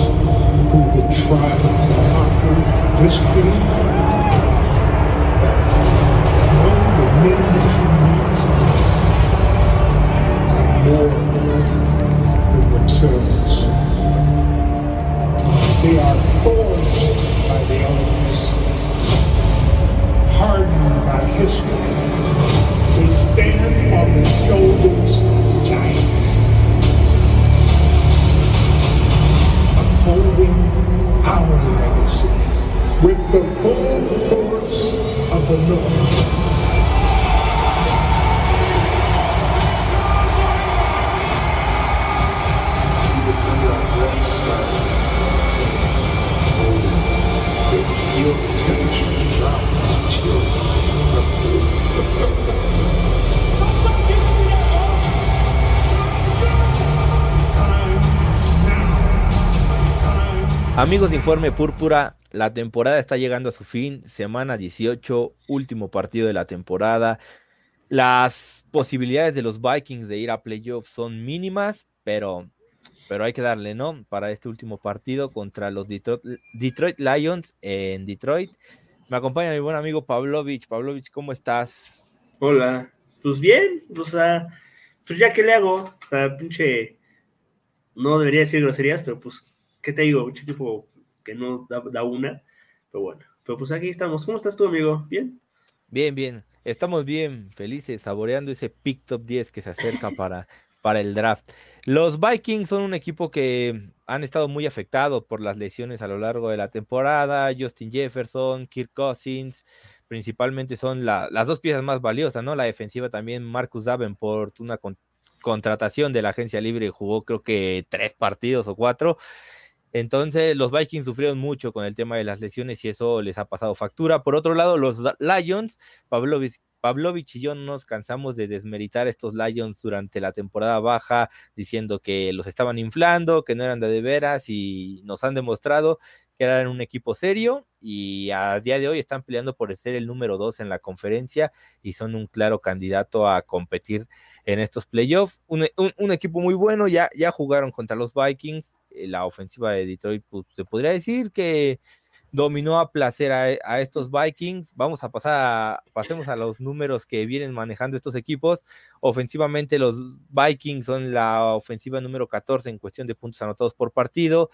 who would try to conquer this field. Know the men that you meet are more than themselves. They are forged by the elements, hardened by history. They stand on the shoulders of giants, upholding our legacy with the full force of the North. Feel the temperature drop as chill. Amigos de Informe Púrpura, la temporada está llegando a su fin, semana 18, último partido de la temporada. Las posibilidades de los Vikings de ir a playoffs son mínimas, pero hay que darle, ¿no? Para este último partido contra los Detroit Lions en Detroit. Me acompaña mi buen amigo Pavlovich. Pavlovich, ¿cómo estás? Hola, pues bien, o sea, pues ya que le hago, o sea, pinche, no debería decir groserías, pero pues, ¿qué te digo? Pinche equipo que no da una, pero bueno, pero pues aquí estamos. ¿Cómo estás tú, amigo? ¿Bien? Bien. Estamos bien felices, saboreando ese pick top 10 que se acerca para el draft. Los Vikings son un equipo que han estado muy afectados por las lesiones a lo largo de la temporada. Justin Jefferson, Kirk Cousins, principalmente son las dos piezas más valiosas, ¿no? La defensiva también, Marcus Davenport, una contratación de la agencia libre, jugó creo que 3 partidos o 4. Entonces, los Vikings sufrieron mucho con el tema de las lesiones y eso les ha pasado factura. Por otro lado, los Lions, Pavlovich y yo no nos cansamos de desmeritar a estos Lions durante la temporada baja, diciendo que los estaban inflando, que no eran de veras, y nos han demostrado que eran un equipo serio y a día de hoy están peleando por ser el número 2 en la conferencia y son un claro candidato a competir en estos playoffs. Un equipo muy bueno, ya jugaron contra los Vikings. La ofensiva de Detroit, pues, se podría decir que dominó a placer a estos Vikings. Pasemos a los números que vienen manejando estos equipos. Ofensivamente, los Vikings son la ofensiva número 14 en cuestión de puntos anotados por partido,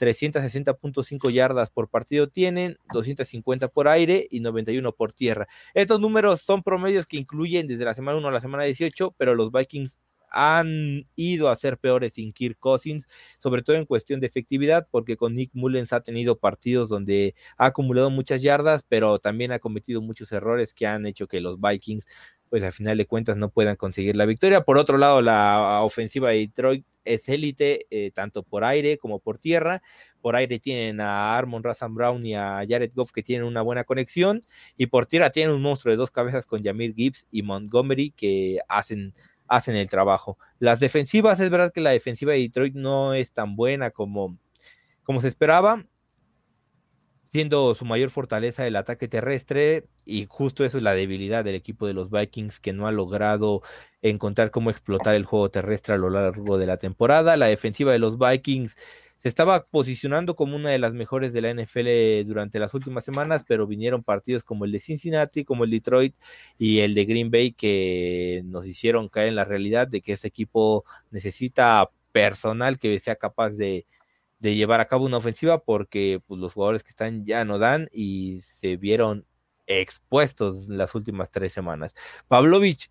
360.5 yardas por partido tienen, 250 por aire y 91 por tierra. Estos números son promedios que incluyen desde la semana 1 a la semana 18, pero los Vikings han ido a ser peores sin Kirk Cousins, sobre todo en cuestión de efectividad, porque con Nick Mullens ha tenido partidos donde ha acumulado muchas yardas, pero también ha cometido muchos errores que han hecho que los Vikings, pues al final de cuentas, no puedan conseguir la victoria. Por otro lado, la ofensiva de Detroit es élite, tanto por aire como por tierra. Por aire tienen a Amon-Ra St. Brown y a Jared Goff, que tienen una buena conexión, y por tierra tienen un monstruo de 2 cabezas con Jahmyr Gibbs y Montgomery, que hacen el trabajo. Las defensivas, es verdad que la defensiva de Detroit no es tan buena como se esperaba, siendo su mayor fortaleza el ataque terrestre, y justo eso es la debilidad del equipo de los Vikings, que no ha logrado encontrar cómo explotar el juego terrestre a lo largo de la temporada. La defensiva de los Vikings se estaba posicionando como una de las mejores de la NFL durante las últimas semanas, pero vinieron partidos como el de Cincinnati, como el de Detroit y el de Green Bay, que nos hicieron caer en la realidad de que ese equipo necesita personal que sea capaz de llevar a cabo una ofensiva, porque pues, los jugadores que están ya no dan y se vieron expuestos las últimas 3 semanas. Pavlovich,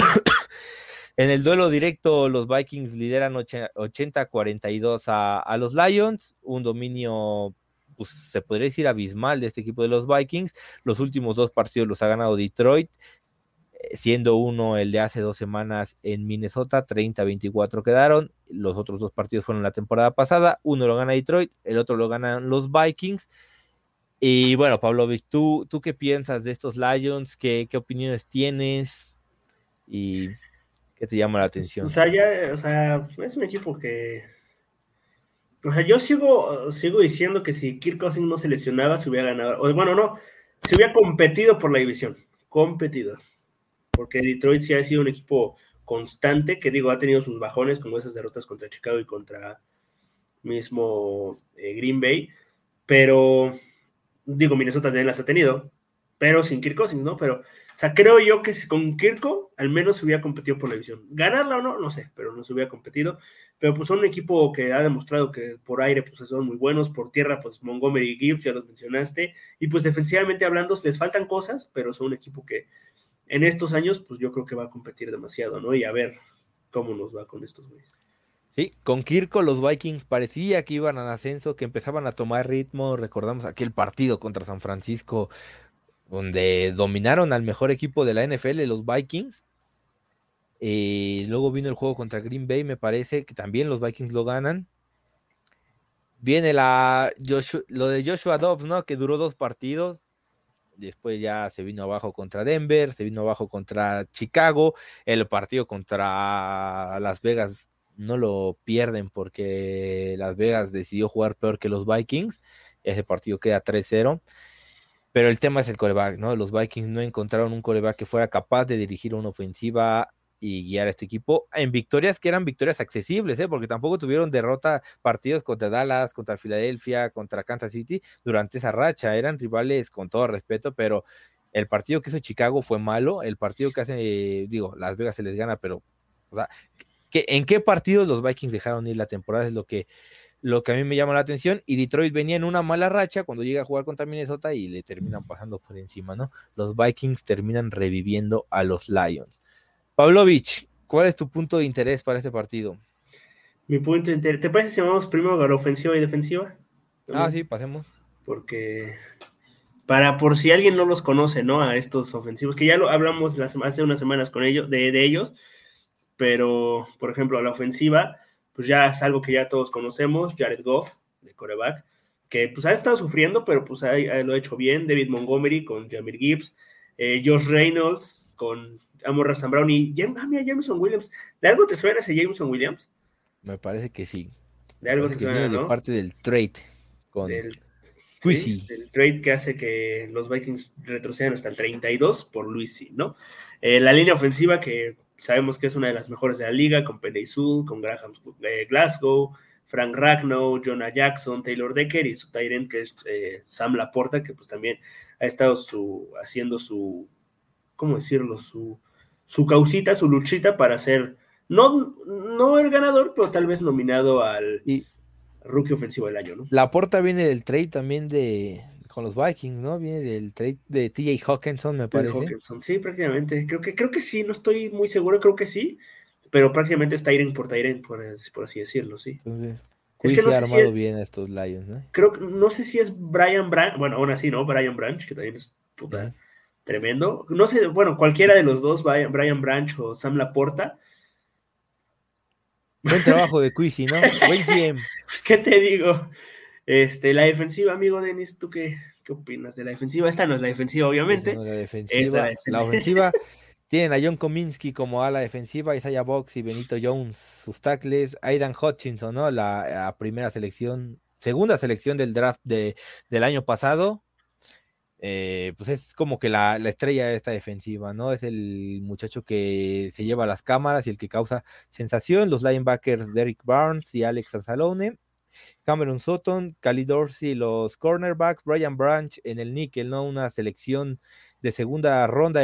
en el duelo directo, los Vikings lideran 80-42 a los Lions, un dominio, pues, se podría decir abismal de este equipo de los Vikings. Los últimos 2 partidos los ha ganado Detroit, siendo uno el de hace 2 semanas en Minnesota, 30-24 quedaron. Los otros 2 partidos fueron la temporada pasada, uno lo gana Detroit, el otro lo ganan los Vikings. Y bueno, Pavlovich, ¿tú qué piensas de estos Lions? ¿Qué opiniones tienes? ¿Y qué te llama la atención? O sea, es un equipo que, o sea, yo sigo diciendo que si Kirk Cousins no se lesionaba, se hubiera ganado, o bueno, no, se hubiera competido por la división, porque Detroit sí ha sido un equipo constante, que digo, ha tenido sus bajones, como esas derrotas contra Chicago y contra mismo Green Bay, pero digo, Minnesota también las ha tenido, pero sin Kirk Cousins, ¿no? Pero, o sea, creo yo que con Kirko al menos se hubiera competido por la división. Ganarla o no, no sé, pero no se hubiera competido. Pero pues son un equipo que ha demostrado que por aire pues son muy buenos, por tierra pues Montgomery y Gibbs, ya los mencionaste, y pues defensivamente hablando les faltan cosas, pero son un equipo que en estos años pues yo creo que va a competir demasiado, ¿no? Y a ver cómo nos va con estos güeyes. Sí, con Kirko los Vikings parecía que iban al ascenso, que empezaban a tomar ritmo. Recordamos aquel partido contra San Francisco, donde dominaron al mejor equipo de la NFL, los Vikings. Luego vino el juego contra Green Bay, me parece que también los Vikings lo ganan. Viene lo de Joshua Dobbs, ¿no? Que duró 2 partidos. Después ya se vino abajo contra Denver, se vino abajo contra Chicago. El partido contra Las Vegas no lo pierden porque Las Vegas decidió jugar peor que los Vikings. Ese partido queda 3-0. Pero el tema es el quarterback, ¿no? Los Vikings no encontraron un quarterback que fuera capaz de dirigir una ofensiva y guiar a este equipo en victorias que eran victorias accesibles, ¿eh? Porque tampoco tuvieron partidos contra Dallas, contra Filadelfia, contra Kansas City durante esa racha. Eran rivales con todo respeto, pero el partido que hizo Chicago fue malo. El partido que hace, Las Vegas se les gana, pero, o sea, ¿en qué partidos los Vikings dejaron ir la temporada? Es lo que a mí me llama la atención, y Detroit venía en una mala racha cuando llega a jugar contra Minnesota y le terminan pasando por encima, ¿no? Los Vikings terminan reviviendo a los Lions. Pavlovich, ¿cuál es tu punto de interés para este partido? Mi punto de interés, ¿te parece si vamos primero a la ofensiva y defensiva? ¿También? Sí, pasemos. Porque por si alguien no los conoce, ¿no? A estos ofensivos, que ya lo hablamos hace unas semanas con ellos, de ellos, pero, por ejemplo, a la ofensiva, pues ya es algo que ya todos conocemos, Jared Goff, de quarterback, que pues ha estado sufriendo, pero pues lo ha hecho bien. David Montgomery con Jahmyr Gibbs, Josh Reynolds con Amon-Ra St. Brown y mira, Jameson Williams. ¿De algo te suena ese Jameson Williams? Me parece que sí. De algo te suena, ¿no? De parte del trade con Sí, el trade que hace que los Vikings retrocedan hasta el 32 por Luisi, ¿no? La línea ofensiva que sabemos que es una de las mejores de la liga, con Penei Sewell, con Graham Glasgow, Frank Ragnow, Jonah Jackson, Taylor Decker y su tight end que es Sam Laporta, que pues también ha estado haciendo su, ¿cómo decirlo? Su causita, su luchita para ser, no el ganador, pero tal vez nominado al rookie ofensivo del año, ¿no? Laporta viene del trade también con los Vikings, ¿no? Viene del trade de TJ Hawkinson, me parece. Hawkinson, sí, prácticamente. Creo que sí, no estoy muy seguro, creo que sí, pero prácticamente es Tyren por así decirlo, sí. Entonces, es que no ha armado bien a estos Lions, ¿no? No sé si es Brian Branch, bueno, aún así, ¿no? Brian Branch, que también es puta tremendo. No sé, bueno, cualquiera de los dos, Brian Branch o Sam Laporta. Buen trabajo de Quizzy, ¿no? Buen GM. Pues, ¿qué te digo? La defensiva, amigo Denis, ¿tú qué opinas de la defensiva? Esta no es la defensiva, obviamente. No, la defensiva. La ofensiva tienen a John Cominsky como ala defensiva, Isaiah Box y Benito Jones, sus tackles, Aidan Hutchinson, ¿no? La segunda selección del draft del año pasado. Pues es como que la estrella de esta defensiva, ¿no? Es el muchacho que se lleva las cámaras y el que causa sensación. Los linebackers Derrick Barnes y Alex Anzalone, Cameron Sutton, Khalid Dorsey, los cornerbacks, Brian Branch en el níquel, ¿no? Una selección de segunda ronda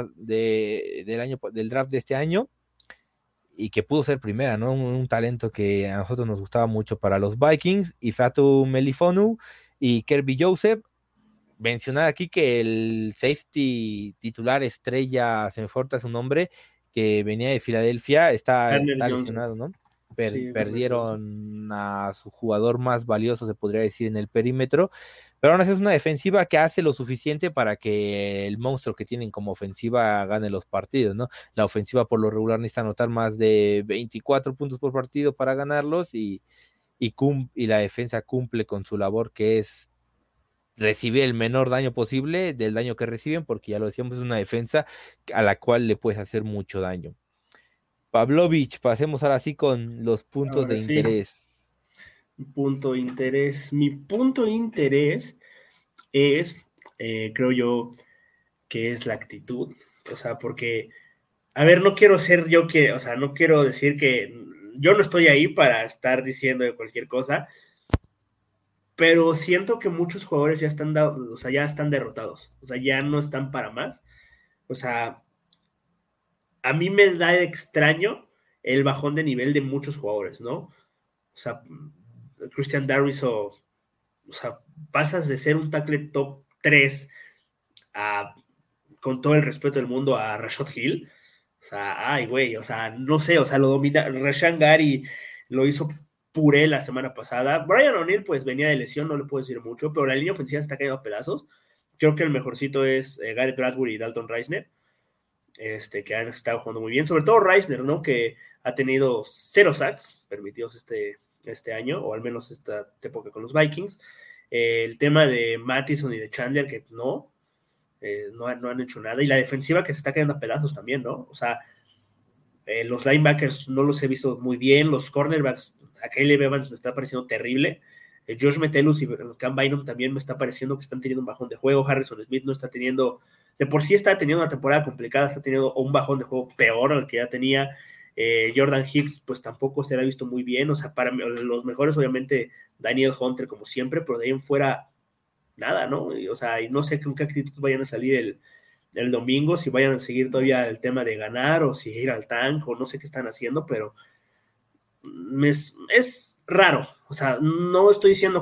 del draft de este año y que pudo ser primera, ¿no? Un talento que a nosotros nos gustaba mucho para los Vikings, y Fatu Melifonu y Kirby Joseph. Mencionar aquí que el safety titular estrella, se me falta su nombre, que venía de Filadelfia, está lesionado, ¿no? Perdieron a su jugador más valioso, se podría decir, en el perímetro, pero aún así es una defensiva que hace lo suficiente para que el monstruo que tienen como ofensiva gane los partidos, ¿no? La ofensiva por lo regular necesita anotar más de 24 puntos por partido para ganarlos, y la defensa cumple con su labor, que es recibir el menor daño posible del daño que reciben, porque ya lo decíamos, es una defensa a la cual le puedes hacer mucho daño. Pavlovich, pasemos ahora sí con los puntos de interés. Mi punto de interés es, creo yo, que es la actitud. O sea, porque, a ver, no quiero ser yo no quiero decir que yo no estoy ahí para estar diciendo de cualquier cosa, pero siento que muchos jugadores ya están derrotados, o sea, ya no están para más. O sea, a mí me da extraño el bajón de nivel de muchos jugadores, ¿no? O sea, Christian Darris o sea, pasas de ser un tackle top 3 a, con todo el respeto del mundo, a Rashad Hill. O sea, ay, güey, o sea, no sé, o sea, lo domina. Rashan Gary lo hizo puré la semana pasada. Brian O'Neill, pues venía de lesión, no le puedo decir mucho, pero la línea ofensiva se está cayendo a pedazos. Creo que el mejorcito es Garrett Bradbury y Dalton Reisner, que han estado jugando muy bien, sobre todo Reisner, ¿no? Que ha tenido 0 sacks permitidos este año, o al menos esta época con los Vikings. El tema de Mattison y de Chandler, que no han hecho nada, y la defensiva que se está cayendo a pedazos también, ¿no? O sea, los linebackers no los he visto muy bien, los cornerbacks, a Caleb Evans me está pareciendo terrible, Josh Metellus y Cam Bynum también me está pareciendo que están teniendo un bajón de juego. Harrison Smith no está teniendo, de por sí está teniendo una temporada complicada, está teniendo un bajón de juego peor al que ya tenía. Jordan Hicks pues tampoco se le ha visto muy bien, o sea, para los mejores obviamente Daniel Hunter como siempre, pero de ahí en fuera nada, ¿no? O sea, y no sé con qué actitud vayan a salir el domingo, si vayan a seguir todavía el tema de ganar o si ir al tank o no sé qué están haciendo, pero es raro. O sea, no estoy diciendo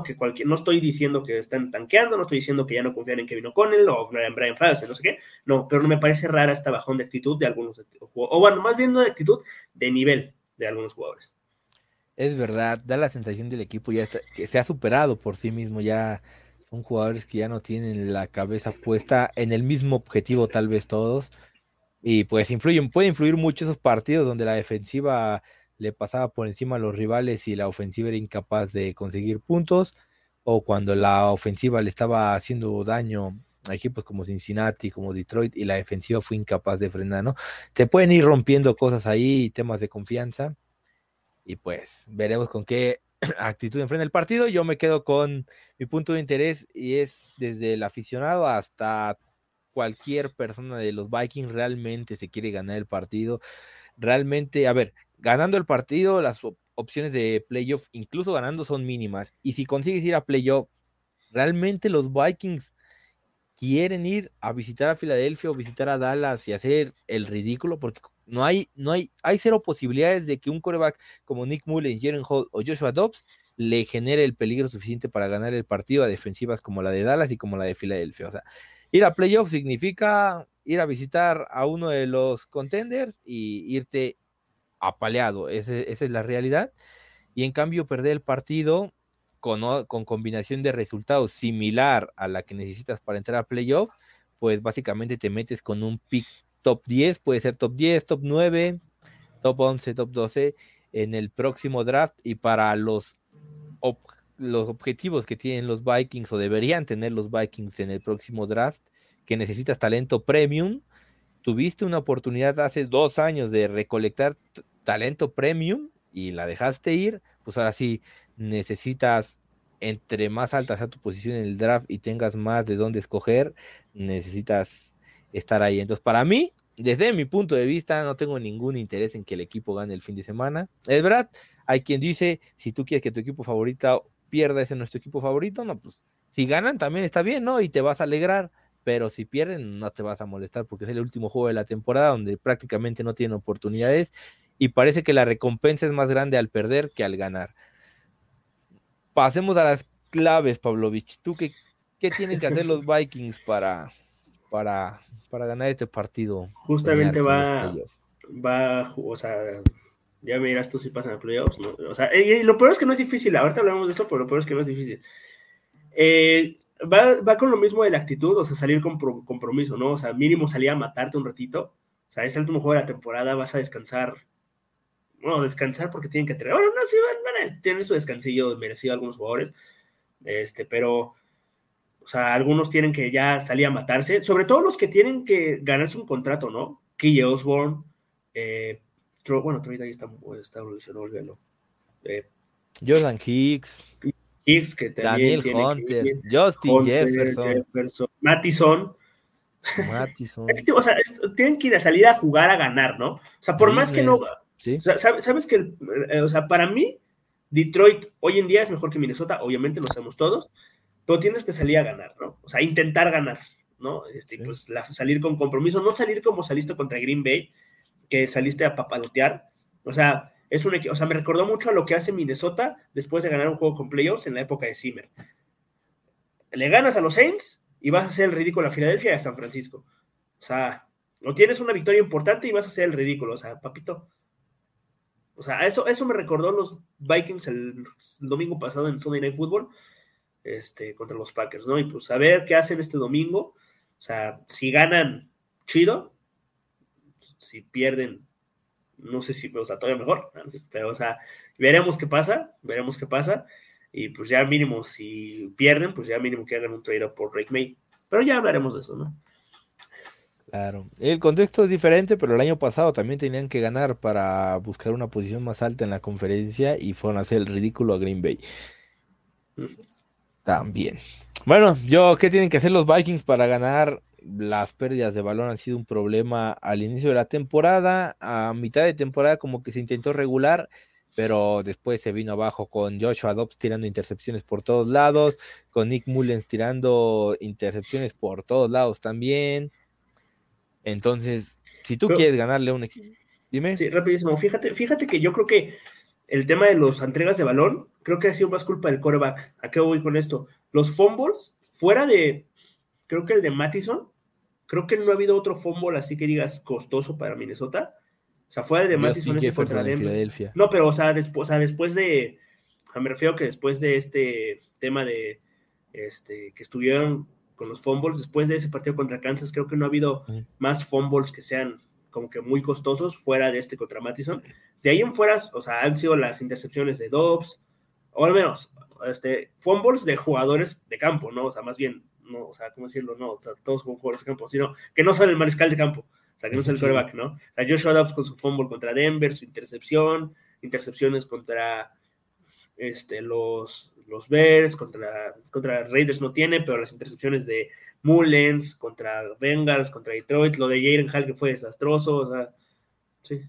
que están tanqueando, no estoy diciendo que ya no confían en Kevin O'Connell o en Brian Flores, no sé qué, no, pero no me parece rara esta bajón de actitud de algunos jugadores, o bueno, más bien no de actitud, de nivel de algunos jugadores. Es verdad, da la sensación del equipo que se ha superado por sí mismo, ya son jugadores que ya no tienen la cabeza puesta en el mismo objetivo tal vez todos, y pues puede influir mucho esos partidos donde la defensiva le pasaba por encima a los rivales y la ofensiva era incapaz de conseguir puntos, o cuando la ofensiva le estaba haciendo daño a equipos como Cincinnati, como Detroit, y la defensiva fue incapaz de frenar, ¿no? Te pueden ir rompiendo cosas ahí, temas de confianza, y pues veremos con qué actitud enfrenta el partido. Yo me quedo con mi punto de interés y es desde el aficionado hasta cualquier persona de los Vikings realmente se quiere ganar el partido. Realmente, a ver, ganando el partido, las opciones de playoff, incluso ganando, son mínimas. Y si consigues ir a playoff, realmente los Vikings quieren ir a visitar a Filadelfia o visitar a Dallas y hacer el ridículo, porque hay cero posibilidades de que un quarterback como Nick Mullen, Jaren Hall o Joshua Dobbs le genere el peligro suficiente para ganar el partido a defensivas como la de Dallas y como la de Filadelfia. O sea, ir a playoff significa ir a visitar a uno de los contenders y irte apaleado. Esa es la realidad. Y en cambio, perder el partido con combinación de resultados similar a la que necesitas para entrar a playoff, pues básicamente te metes con un pick top 10, puede ser top 10, top 9, top 11, top 12 en el próximo draft. Y para los objetivos que tienen los Vikings o deberían tener los Vikings en el próximo draft, que necesitas talento premium, tuviste una oportunidad hace 2 años de recolectar talento premium y la dejaste ir, pues ahora sí necesitas, entre más alta sea tu posición en el draft y tengas más de dónde escoger, necesitas estar ahí. Entonces, para mí, desde mi punto de vista, no tengo ningún interés en que el equipo gane el fin de semana. Es verdad, hay quien dice, si tú quieres que tu equipo favorito pierda, ese es nuestro equipo favorito, no, pues si ganan también está bien, ¿no? Y te vas a alegrar, pero si pierden no te vas a molestar porque es el último juego de la temporada donde prácticamente no tienen oportunidades y parece que la recompensa es más grande al perder que al ganar. Pasemos a las claves, Pavlovich. ¿Tú qué tienen que hacer los Vikings para ganar este partido? Justamente o sea, ya me dirás tú si pasan a playoffs, ¿no? O sea, y lo peor es que no es difícil, ahorita hablamos de eso, pero lo peor es que no es difícil. Va con lo mismo de la actitud, o sea, salir con compromiso, ¿no? O sea, mínimo salir a matarte un ratito. O sea, es el último juego de la temporada, vas a descansar. Bueno, descansar porque tienen que tener. Bueno, no, sí van a tener su descansillo merecido algunos jugadores. Pero, o sea, algunos tienen que ya salir a matarse. Sobre todo los que tienen que ganarse un contrato, ¿no? Key Osborne. Bueno, Troy ahí está evolucionado, olvídalo. Jordan Hicks, que también Daniel Hunter, Justin Jefferson, Mattison. O sea, tienen que ir a salir a jugar a ganar, ¿no? O sea, por más que no, Sí. O sea, sabes que, o sea, para mí, Detroit hoy en día es mejor que Minnesota, obviamente lo sabemos todos, pero tienes que salir a ganar, ¿no? O sea, intentar ganar, ¿no? Sí. Pues salir con compromiso, no salir como saliste contra Green Bay, que saliste a papalotear. O sea, o sea, me recordó mucho a lo que hace Minnesota después de ganar un juego con playoffs en la época de Zimmer. Le ganas a los Saints y vas a hacer el ridículo a Filadelfia y a San Francisco. O sea, no tienes una victoria importante y vas a hacer el ridículo. O sea, papito. O sea, eso me recordó los Vikings el domingo pasado en Sunday Night Football, contra los Packers, ¿no? Y pues a ver qué hacen este domingo. O sea, si ganan, chido. Si pierden, no sé si, o sea, todavía mejor, ¿no? Pero, o sea, veremos qué pasa. Y pues ya mínimo, si pierden, pues ya mínimo que hagan un trade-up por Drake May. Pero ya hablaremos de eso, ¿no? Claro, el contexto es diferente, pero el año pasado también tenían que ganar para buscar una posición más alta en la conferencia y fueron a hacer el ridículo a Green Bay. También. Bueno, ¿qué tienen que hacer los Vikings para ganar? Las pérdidas de balón han sido un problema al inicio de la temporada, a mitad de temporada como que se intentó regular, pero después se vino abajo con Joshua Dobbs tirando intercepciones por todos lados, con Nick Mullens tirando intercepciones por todos lados también. Entonces, si tú quieres ganarle a un equipo, dime. Sí, rapidísimo. Fíjate que yo creo que el tema de las entregas de balón, creo que ha sido más culpa del quarterback. ¿A qué voy con esto? Los fumbles, fuera de, creo que el de Mattison, creo que no ha habido otro fumble así que digas costoso para Minnesota. O sea, fuera el de Mattison Justin ese contra Jefferson en Denver. Filadelfia. No, pero o sea, después de, me refiero que después de este tema de, que estuvieron con los fumbles, después de ese partido contra Kansas, creo que no ha habido más fumbles que sean como que muy costosos fuera de contra Mattison. De ahí en fuera, o sea, han sido las intercepciones de Dobbs, o al menos, fumbles de jugadores de campo, ¿no? O sea, más bien, no, o sea, ¿cómo decirlo? No, o sea, todos son jugadores de campo, sino que no son el mariscal de campo, o sea, que no son el quarterback, ¿no? O sea, Joshua Dobbs con su fumble contra Denver, su intercepciones contra los Bears, contra Raiders no tiene, pero las intercepciones de Mullens, contra Bengals, contra Detroit, lo de Jaden Hall que fue desastroso, o sea, sí.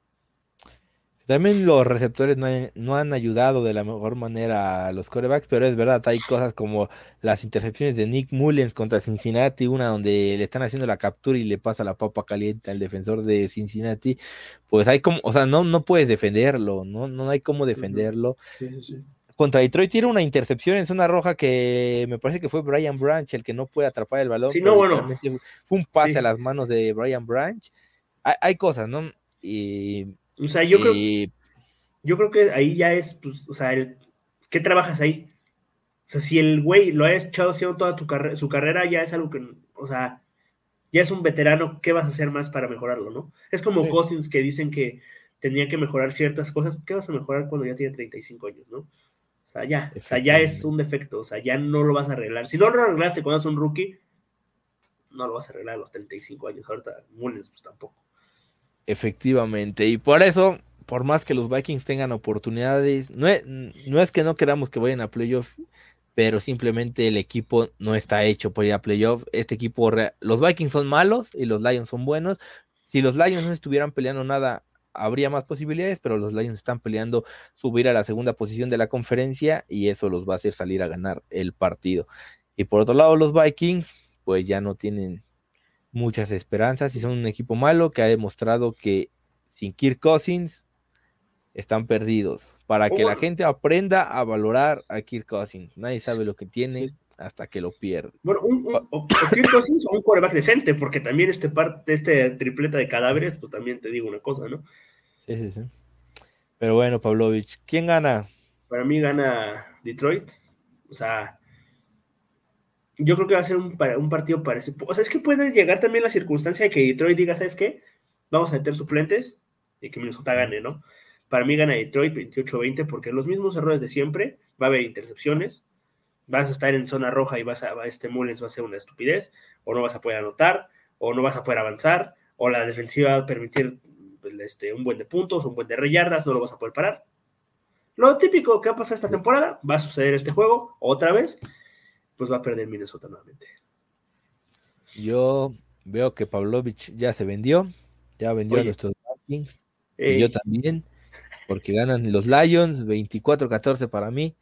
También los receptores no han ayudado de la mejor manera a los quarterbacks, pero es verdad, hay cosas como las intercepciones de Nick Mullens contra Cincinnati, una donde le están haciendo la captura y le pasa la papa caliente al defensor de Cincinnati, pues hay como, o sea, no puedes defenderlo, no hay cómo defenderlo. Sí. Contra Detroit tiene una intercepción en zona roja que me parece que fue Brian Branch el que no puede atrapar el balón, sí, pero no, bueno, realmente fue un pase sí. a las manos de Brian Branch. Hay cosas, ¿no? Y o sea, yo creo que ahí ya es, pues, o sea, ¿qué trabajas ahí? O sea, si el güey lo ha echado haciendo toda su carrera, ya es algo que, o sea, ya es un veterano, ¿qué vas a hacer más para mejorarlo, no? Es como Cousins que dicen que tenía que mejorar ciertas cosas, ¿qué vas a mejorar cuando ya tiene 35 años, no? O sea, ya es un defecto, o sea, ya no lo vas a arreglar. Si no lo arreglaste cuando eres un rookie, no lo vas a arreglar a los 35 años. Ahorita Mullens, pues tampoco. Efectivamente, y por eso, por más que los Vikings tengan oportunidades, no es que no queramos que vayan a playoff, pero simplemente el equipo no está hecho para ir a playoff. Los Vikings son malos y los Lions son buenos. Si los Lions no estuvieran peleando nada, habría más posibilidades, pero los Lions están peleando subir a la segunda posición de la conferencia y eso los va a hacer salir a ganar el partido. Y por otro lado, los Vikings, pues ya no tienen muchas esperanzas y son un equipo malo que ha demostrado que sin Kirk Cousins están perdidos. Para que la gente aprenda a valorar a Kirk Cousins. Nadie sabe lo que tiene hasta que lo pierde. Bueno, o Kirk Cousins o un quarterback decente, porque también este tripleta de cadáveres, pues también te digo una cosa, ¿no? Sí. Pero bueno, Pavlovich, ¿quién gana? Para mí gana Detroit. O sea, yo creo que va a ser un partido parecido. O sea, es que puede llegar también la circunstancia de que Detroit diga, ¿sabes qué? Vamos a meter suplentes y que Minnesota gane, ¿no? Para mí gana Detroit 28-20 porque los mismos errores de siempre, va a haber intercepciones, vas a estar en zona roja y Mullens va a ser una estupidez, o no vas a poder anotar, o no vas a poder avanzar, o la defensiva va a permitir un buen de puntos, un buen de yardas, no lo vas a poder parar. Lo típico que ha pasado esta temporada, va a suceder este juego otra vez, pues va a perder Minnesota nuevamente. Yo veo que Pavlovich ya se vendió, ya vendió a nuestros Vikings. Y yo también, porque ganan los Lions, 24-14 para mí.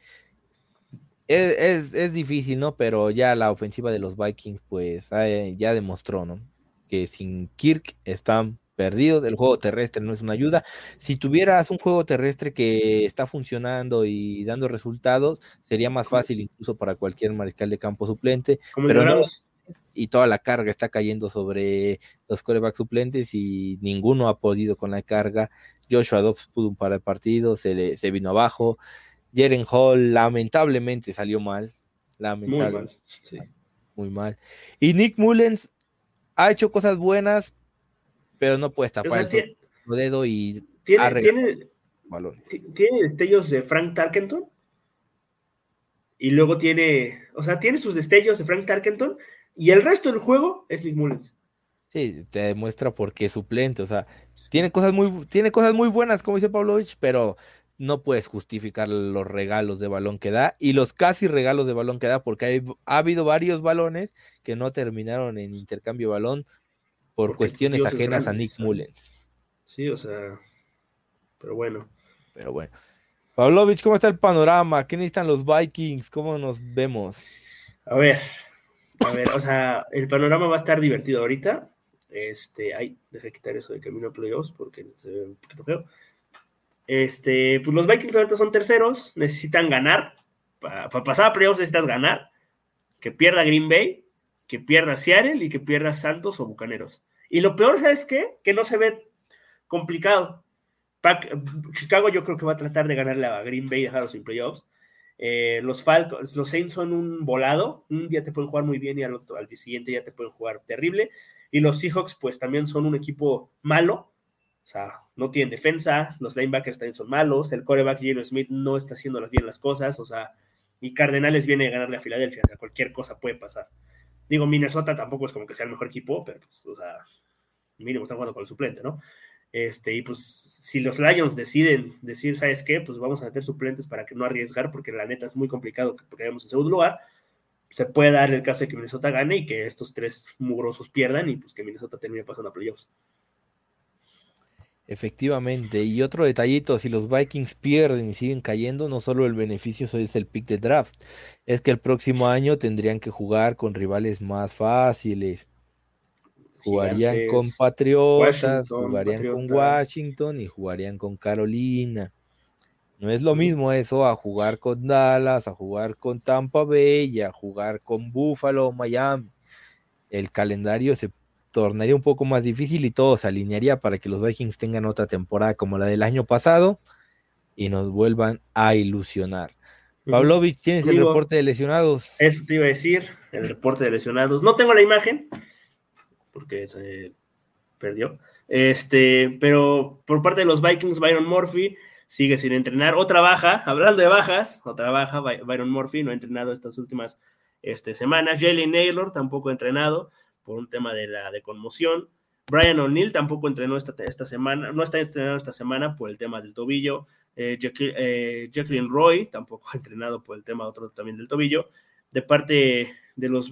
Es difícil, ¿no? Pero ya la ofensiva de los Vikings, pues ya demostró, ¿no? Que sin Kirk están perdidos. El juego terrestre no es una ayuda. Si tuvieras un juego terrestre que está funcionando y dando resultados, sería más fácil incluso para cualquier mariscal de campo suplente, Como el de pero no. Bravos. Y toda la carga está cayendo sobre los quarterbacks suplentes y ninguno ha podido con la carga. Joshua Dobbs pudo un par de partidos, se vino abajo. Jaren Hall lamentablemente salió mal. Muy mal, sí. Muy mal. Y Nick Mullens ha hecho cosas buenas, pero no puede tapar el dedo y ha regalado balones. Tiene destellos de Frank Tarkenton y luego tiene sus destellos de Frank Tarkenton y el resto del juego es Nick Mullens. Sí, te demuestra por qué es suplente, o sea, tiene cosas muy buenas, como dice Pavlovich, pero no puedes justificar los regalos de balón que da y los casi regalos de balón que da, porque ha habido varios balones que no terminaron en intercambio de balón por cuestiones ajenas a Nick Mullens. Sí, o sea, pero bueno. Pavlovich, ¿cómo está el panorama? ¿Qué necesitan los Vikings? ¿Cómo nos vemos? A ver, o sea, el panorama va a estar divertido ahorita. Deja quitar eso de camino a playoffs porque se ve un poquito feo. Pues los Vikings ahorita son terceros, necesitan ganar. Para pasar a playoffs necesitas ganar. Que pierda Green Bay, que pierda Seattle y que pierda Santos o Bucaneros. Y lo peor, ¿sabes qué? Que no se ve complicado. Chicago yo creo que va a tratar de ganarle a Green Bay y dejarlos sin playoffs. Los Falcons, los Saints son un volado. Un día te pueden jugar muy bien y al día siguiente ya te pueden jugar terrible. Y los Seahawks pues también son un equipo malo. O sea, no tienen defensa, los linebackers también son malos, el quarterback Geno Smith no está haciendo bien las cosas, o sea, y Cardenales viene a ganarle a Filadelfia, o sea, cualquier cosa puede pasar. Digo, Minnesota tampoco es como que sea el mejor equipo, pero pues, o sea, mínimo están jugando con el suplente, ¿no? Y pues, si los Lions deciden decir, ¿sabes qué? Pues vamos a meter suplentes para que no arriesgar, porque la neta es muy complicado que quedemos en segundo lugar, se puede dar el caso de que Minnesota gane y que estos tres mugrosos pierdan y pues que Minnesota termine pasando a playoffs. Efectivamente, y otro detallito, si los Vikings pierden y siguen cayendo, no solo el beneficio es el pick de draft, es que el próximo año tendrían que jugar con rivales más fáciles. Jugarían Gigantes, con Patriotas, Washington, jugarían con Washington y jugarían con Carolina. No es lo mismo eso a jugar con Dallas, a jugar con Tampa Bay y a jugar con Buffalo o Miami. El calendario se tornaría un poco más difícil y todo se alinearía para que los Vikings tengan otra temporada como la del año pasado y nos vuelvan a ilusionar. Pavlovich, ¿tienes el reporte de lesionados? Eso te iba a decir, el reporte de lesionados. No tengo la imagen, porque se perdió. Pero por parte de los Vikings, Byron Murphy sigue sin entrenar. Otra baja, hablando de bajas, Byron Murphy no ha entrenado estas últimas semanas. Jalen Naylor tampoco ha entrenado por un tema de conmoción. Brian O'Neill tampoco entrenó esta semana, no está entrenando esta semana por el tema del tobillo. Jacqueline Roy tampoco ha entrenado por el tema otro también del tobillo. De parte de los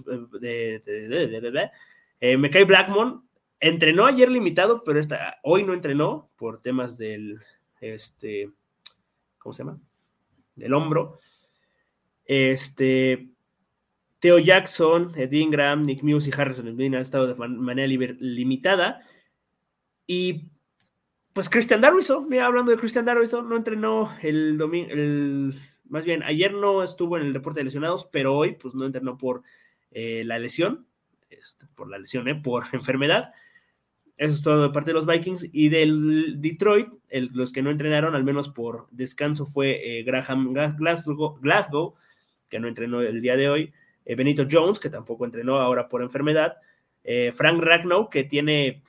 Mekhi Blackmon entrenó ayer limitado, pero hoy no entrenó por temas del ¿cómo se llama? Del hombro. Theo Jackson, Ed Ingram, Nick Muse y Harrison Smith han estado de manera limitada. Y pues Christian Darrisaw, mira, hablando de Christian Darrisaw, no entrenó el domingo, más bien ayer no estuvo en el reporte de lesionados, pero hoy pues no entrenó por la lesión, por enfermedad. Eso es todo de parte de los Vikings. Y del Detroit, los que no entrenaron, al menos por descanso, fue Graham Glasgow, que no entrenó el día de hoy, Benito Jones, que tampoco entrenó ahora por enfermedad, Frank Ragnow, que tiene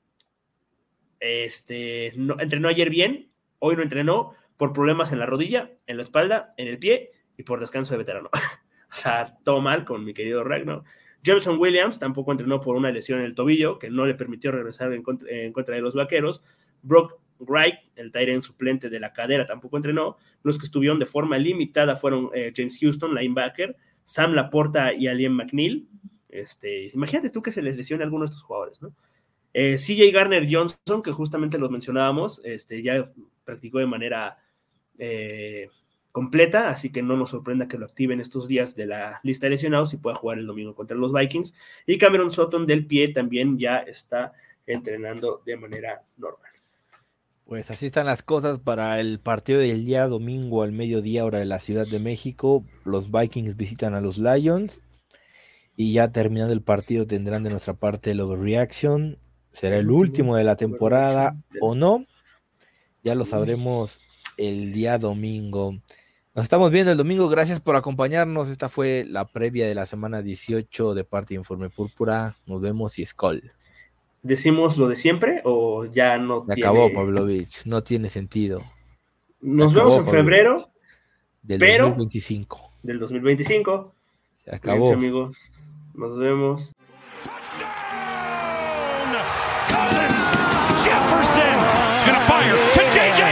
entrenó ayer bien, hoy no entrenó por problemas en la rodilla, en la espalda, en el pie y por descanso de veterano. O sea, todo mal con mi querido Ragnow. Jameson Williams tampoco entrenó por una lesión en el tobillo que no le permitió regresar en contra de los Vaqueros. Brock Wright, el tight end suplente de la cadera, tampoco entrenó. Los que estuvieron de forma limitada fueron James Houston, linebacker, Sam Laporta y Alien McNeil. Imagínate tú que se les lesione a alguno de estos jugadores, ¿no? CJ Gardner-Johnson, que justamente los mencionábamos, ya practicó de manera completa, así que no nos sorprenda que lo activen estos días de la lista de lesionados y pueda jugar el domingo contra los Vikings. Y Cameron Sutton del pie también ya está entrenando de manera normal. Pues así están las cosas para el partido del día domingo al mediodía, hora de la Ciudad de México. Los Vikings visitan a los Lions y ya terminando el partido tendrán de nuestra parte el overreaction. ¿Será el último de la temporada o no? Ya lo sabremos el día domingo. Nos estamos viendo el domingo. Gracias por acompañarnos. Esta fue la previa de la semana 18 de parte de Informe Púrpura. Nos vemos y Skol. ¿Decimos lo de siempre o ya no Se tiene? acabó, Pavlovich. No tiene sentido. Nos vemos en febrero del pero 2025. Del 2025. Se acabó. Cuídense, amigos. Nos vemos. Jefferson is going to fire to JJ.